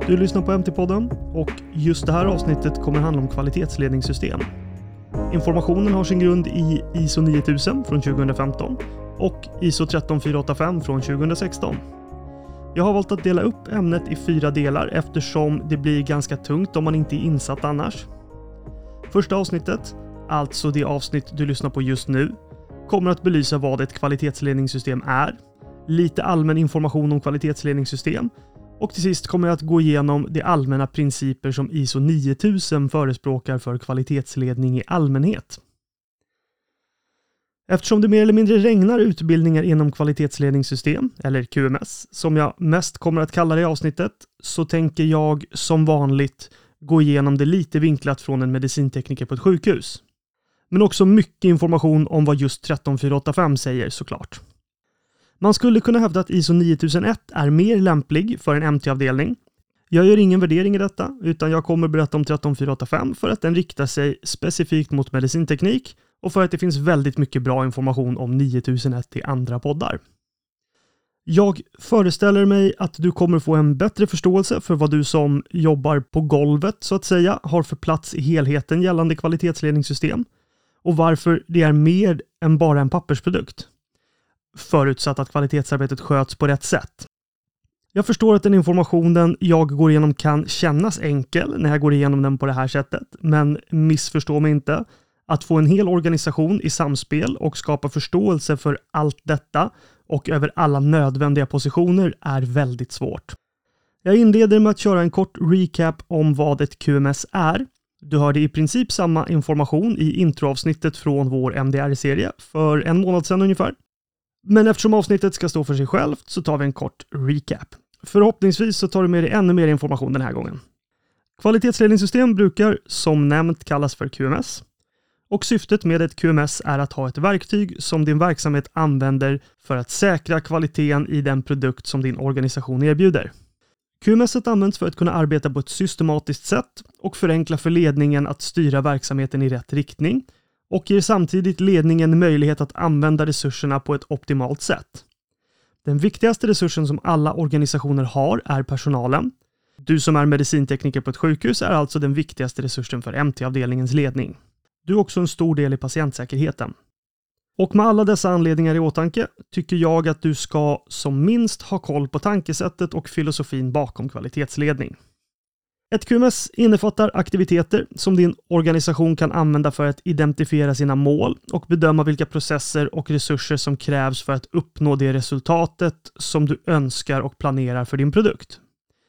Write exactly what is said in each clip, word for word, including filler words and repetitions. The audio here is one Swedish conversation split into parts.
Du lyssnar på M T-podden och just det här avsnittet kommer handla om kvalitetsledningssystem. Informationen har sin grund i I S O nio tusen från tjugohundrafemton och I S O tretton fyra åtta fem från tjugohundrasexton. Jag har valt att dela upp ämnet i fyra delar eftersom det blir ganska tungt om man inte är insatt annars. Första avsnittet, alltså det avsnitt du lyssnar på just nu, kommer att belysa vad ett kvalitetsledningssystem är, lite allmän information om kvalitetsledningssystem och till sist kommer jag att gå igenom de allmänna principer som I S O nio tusen förespråkar för kvalitetsledning i allmänhet. Eftersom det mer eller mindre regnar utbildningar inom kvalitetsledningssystem, eller Q M S, som jag mest kommer att kalla det i avsnittet, så tänker jag som vanligt gå igenom det lite vinklat från en medicintekniker på ett sjukhus. Men också mycket information om vad just tretton fyra åtta fem säger såklart. Man skulle kunna hävda att I S O nio tusen ett är mer lämplig för en M T-avdelning. Jag gör ingen värdering i detta, utan jag kommer berätta om tretton fyra åtta fem för att den riktar sig specifikt mot medicinteknik och för att det finns väldigt mycket bra information om nio tusen ett i andra poddar. Jag föreställer mig att du kommer få en bättre förståelse för vad du som jobbar på golvet så att säga har för plats i helheten gällande kvalitetsledningssystem och varför det är mer än bara en pappersprodukt. Förutsatt att kvalitetsarbetet sköts på rätt sätt. Jag förstår att den informationen jag går igenom kan kännas enkel när jag går igenom den på det här sättet, men missförstå mig inte. Att få en hel organisation i samspel och skapa förståelse för allt detta och över alla nödvändiga positioner är väldigt svårt. Jag inleder med att köra en kort recap om vad ett Q M S är. Du hörde i princip samma information i introavsnittet från vår M D R-serie för en månad sedan ungefär. Men eftersom avsnittet ska stå för sig självt så tar vi en kort recap. Förhoppningsvis så tar du med dig ännu mer information den här gången. Kvalitetsledningssystem brukar som nämnt kallas för Q M S. Och syftet med ett Q M S är att ha ett verktyg som din verksamhet använder för att säkra kvaliteten i den produkt som din organisation erbjuder. Q M S används för att kunna arbeta på ett systematiskt sätt och förenkla för ledningen att styra verksamheten i rätt riktning och ger samtidigt ledningen möjlighet att använda resurserna på ett optimalt sätt. Den viktigaste resursen som alla organisationer har är personalen. Du som är medicintekniker på ett sjukhus är alltså den viktigaste resursen för M T-avdelningens ledning. Du är också en stor del i patientsäkerheten. Och med alla dessa anledningar i åtanke tycker jag att du ska som minst ha koll på tankesättet och filosofin bakom kvalitetsledning. Ett Q M S innefattar aktiviteter som din organisation kan använda för att identifiera sina mål och bedöma vilka processer och resurser som krävs för att uppnå det resultatet som du önskar och planerar för din produkt.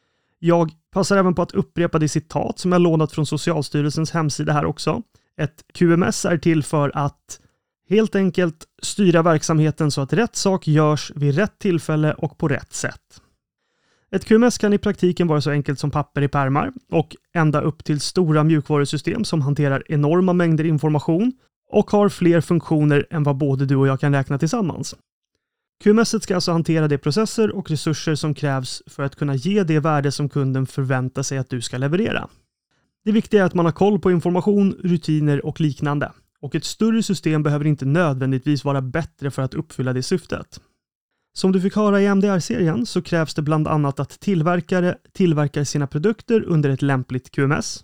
Jag passar även på att upprepa det citat som jag lånat från Socialstyrelsens hemsida här också. Ett Q M S är till för att helt enkelt styra verksamheten så att rätt sak görs vid rätt tillfälle och på rätt sätt. Ett Q M S kan i praktiken vara så enkelt som papper i pärmar och ända upp till stora mjukvarusystem som hanterar enorma mängder information och har fler funktioner än vad både du och jag kan räkna tillsammans. Q M S ska alltså hantera de processer och resurser som krävs för att kunna ge det värde som kunden förväntar sig att du ska leverera. Det viktiga är att man har koll på information, rutiner och liknande. Och ett större system behöver inte nödvändigtvis vara bättre för att uppfylla det syftet. Som du fick höra i M D R-serien så krävs det bland annat att tillverkare tillverkar sina produkter under ett lämpligt Q M S.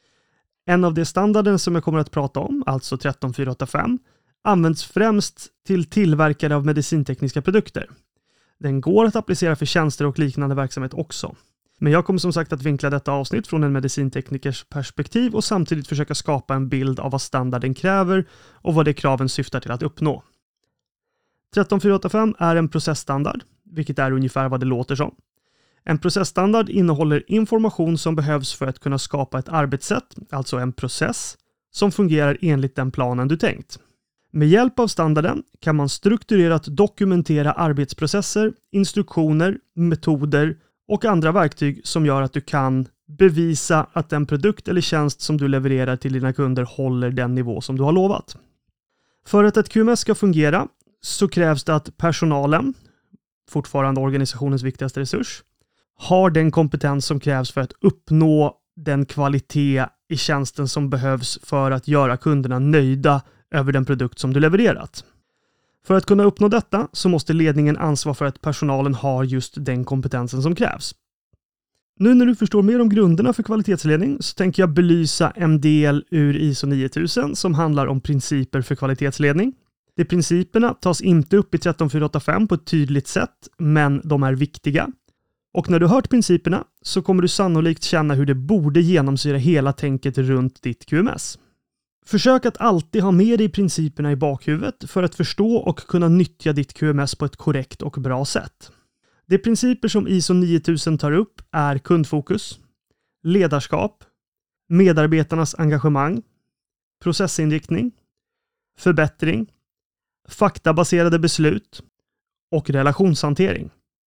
En av de standarder som jag kommer att prata om, alltså tretton fyra åtta fem, används främst till tillverkare av medicintekniska produkter. Den går att applicera för tjänster och liknande verksamhet också. Men jag kommer som sagt att vinkla detta avsnitt från en medicinteknikers perspektiv och samtidigt försöka skapa en bild av vad standarden kräver och vad de kraven syftar till att uppnå. tretton fyra åtta fem är en processstandard, vilket är ungefär vad det låter som. En processstandard innehåller information som behövs för att kunna skapa ett arbetssätt, alltså en process, som fungerar enligt den planen du tänkt. Med hjälp av standarden kan man strukturerat dokumentera arbetsprocesser, instruktioner, metoder och andra verktyg som gör att du kan bevisa att den produkt eller tjänst som du levererar till dina kunder håller den nivå som du har lovat. För att ett Q M S ska fungera så krävs det att personalen, fortfarande organisationens viktigaste resurs, har den kompetens som krävs för att uppnå den kvalitet i tjänsten som behövs för att göra kunderna nöjda över den produkt som du levererat. För att kunna uppnå detta så måste ledningen ansvara för att personalen har just den kompetensen som krävs. Nu när du förstår mer om grunderna för kvalitetsledning så tänker jag belysa en del ur I S O nio tusen som handlar om principer för kvalitetsledning. De principerna tas inte upp i tretton fyra åtta fem på ett tydligt sätt, men de är viktiga. Och när du hört principerna så kommer du sannolikt känna hur det borde genomsyra hela tänket runt ditt Q M S. Försök att alltid ha med dig principerna i bakhuvudet för att förstå och kunna nyttja ditt Q M S på ett korrekt och bra sätt. De principer som I S O nio tusen tar upp är kundfokus, ledarskap, medarbetarnas engagemang, processinriktning, förbättring, faktabaserade beslut och relationshantering.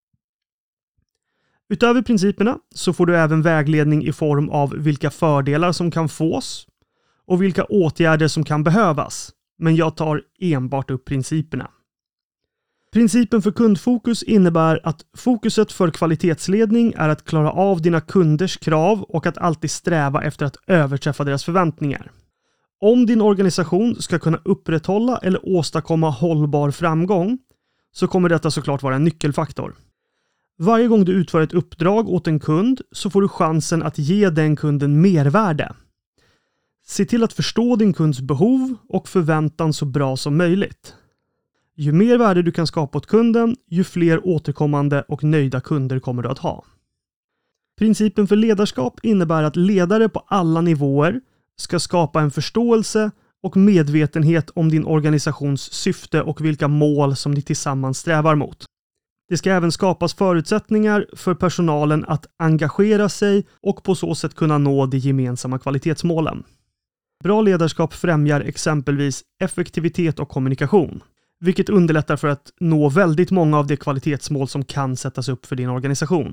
Utöver principerna så får du även vägledning i form av vilka fördelar som kan fås och vilka åtgärder som kan behövas, men jag tar enbart upp principerna. Principen för kundfokus innebär att fokuset för kvalitetsledning är att klara av dina kunders krav och att alltid sträva efter att överträffa deras förväntningar. Om din organisation ska kunna upprätthålla eller åstadkomma hållbar framgång så kommer detta såklart vara en nyckelfaktor. Varje gång du utför ett uppdrag åt en kund så får du chansen att ge den kunden mervärde. Se till att förstå din kunds behov och förväntan så bra som möjligt. Ju mer värde du kan skapa åt kunden, ju fler återkommande och nöjda kunder kommer du att ha. Principen för ledarskap innebär att ledare på alla nivåer ska skapa en förståelse och medvetenhet om din organisations syfte och vilka mål som ni tillsammans strävar mot. Det ska även skapas förutsättningar för personalen att engagera sig och på så sätt kunna nå de gemensamma kvalitetsmålen. Bra ledarskap främjar exempelvis effektivitet och kommunikation, vilket underlättar för att nå väldigt många av de kvalitetsmål som kan sättas upp för din organisation.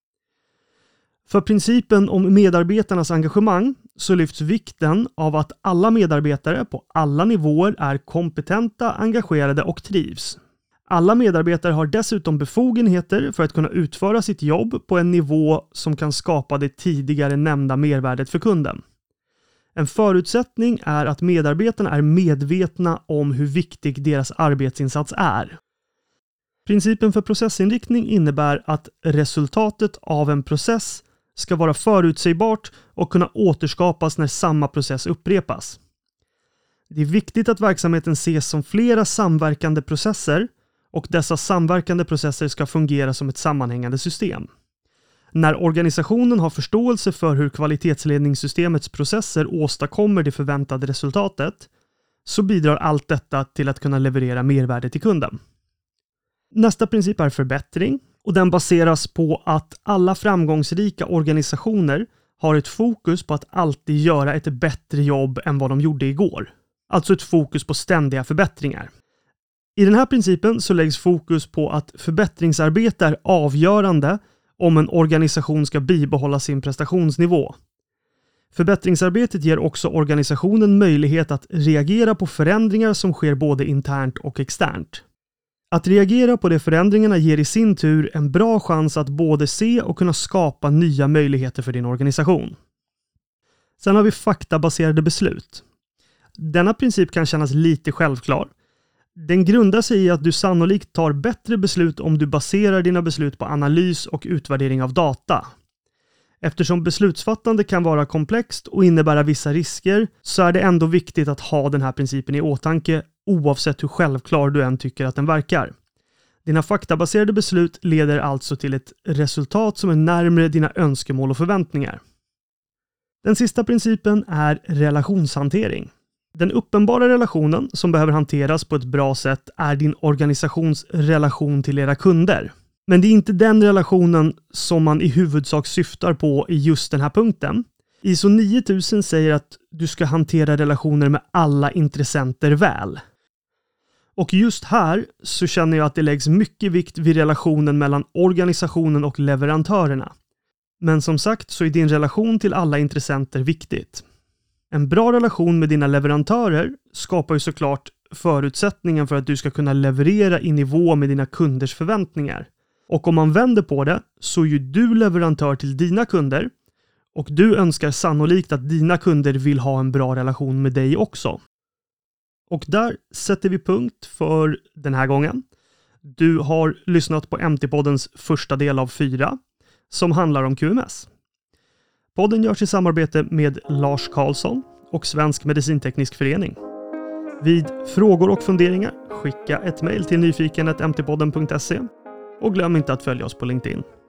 För principen om medarbetarnas engagemang så lyfts vikten av att alla medarbetare på alla nivåer är kompetenta, engagerade och trivs. Alla medarbetare har dessutom befogenheter för att kunna utföra sitt jobb på en nivå som kan skapa det tidigare nämnda mervärdet för kunden. En förutsättning är att medarbetarna är medvetna om hur viktig deras arbetsinsats är. Principen för processinriktning innebär att resultatet av en process ska vara förutsägbart och kunna återskapas när samma process upprepas. Det är viktigt att verksamheten ses som flera samverkande processer och dessa samverkande processer ska fungera som ett sammanhängande system. När organisationen har förståelse för hur kvalitetsledningssystemets processer åstadkommer det förväntade resultatet så bidrar allt detta till att kunna leverera mervärde till kunden. Nästa princip är förbättring och den baseras på att alla framgångsrika organisationer har ett fokus på att alltid göra ett bättre jobb än vad de gjorde igår. Alltså ett fokus på ständiga förbättringar. I den här principen så läggs fokus på att förbättringsarbete är avgörande om en organisation ska bibehålla sin prestationsnivå. Förbättringsarbetet ger också organisationen möjlighet att reagera på förändringar som sker både internt och externt. Att reagera på de förändringarna ger i sin tur en bra chans att både se och kunna skapa nya möjligheter för din organisation. Sen har vi faktabaserade beslut. Denna princip kan kännas lite självklar. Den grundar sig i att du sannolikt tar bättre beslut om du baserar dina beslut på analys och utvärdering av data. Eftersom beslutsfattande kan vara komplext och innebära vissa risker så är det ändå viktigt att ha den här principen i åtanke oavsett hur självklar du än tycker att den verkar. Dina faktabaserade beslut leder alltså till ett resultat som är närmare dina önskemål och förväntningar. Den sista principen är relationshantering. Den uppenbara relationen som behöver hanteras på ett bra sätt är din organisations relation till era kunder. Men det är inte den relationen som man i huvudsak syftar på i just den här punkten. I S O nio tusen säger att du ska hantera relationer med alla intressenter väl. Och just här så känner jag att det läggs mycket vikt vid relationen mellan organisationen och leverantörerna. Men som sagt så är din relation till alla intressenter viktigt. En bra relation med dina leverantörer skapar ju såklart förutsättningen för att du ska kunna leverera i nivå med dina kunders förväntningar. Och om man vänder på det så är ju du leverantör till dina kunder och du önskar sannolikt att dina kunder vill ha en bra relation med dig också. Och där sätter vi punkt för den här gången. Du har lyssnat på M T-poddens första del av fyra. som handlar om Q M S. Podden görs i samarbete med Lars Karlsson och Svensk Medicinteknisk Förening. Vid frågor och funderingar skicka ett mejl till nyfiken snabel-a m t podden punkt se och glöm inte att följa oss på LinkedIn.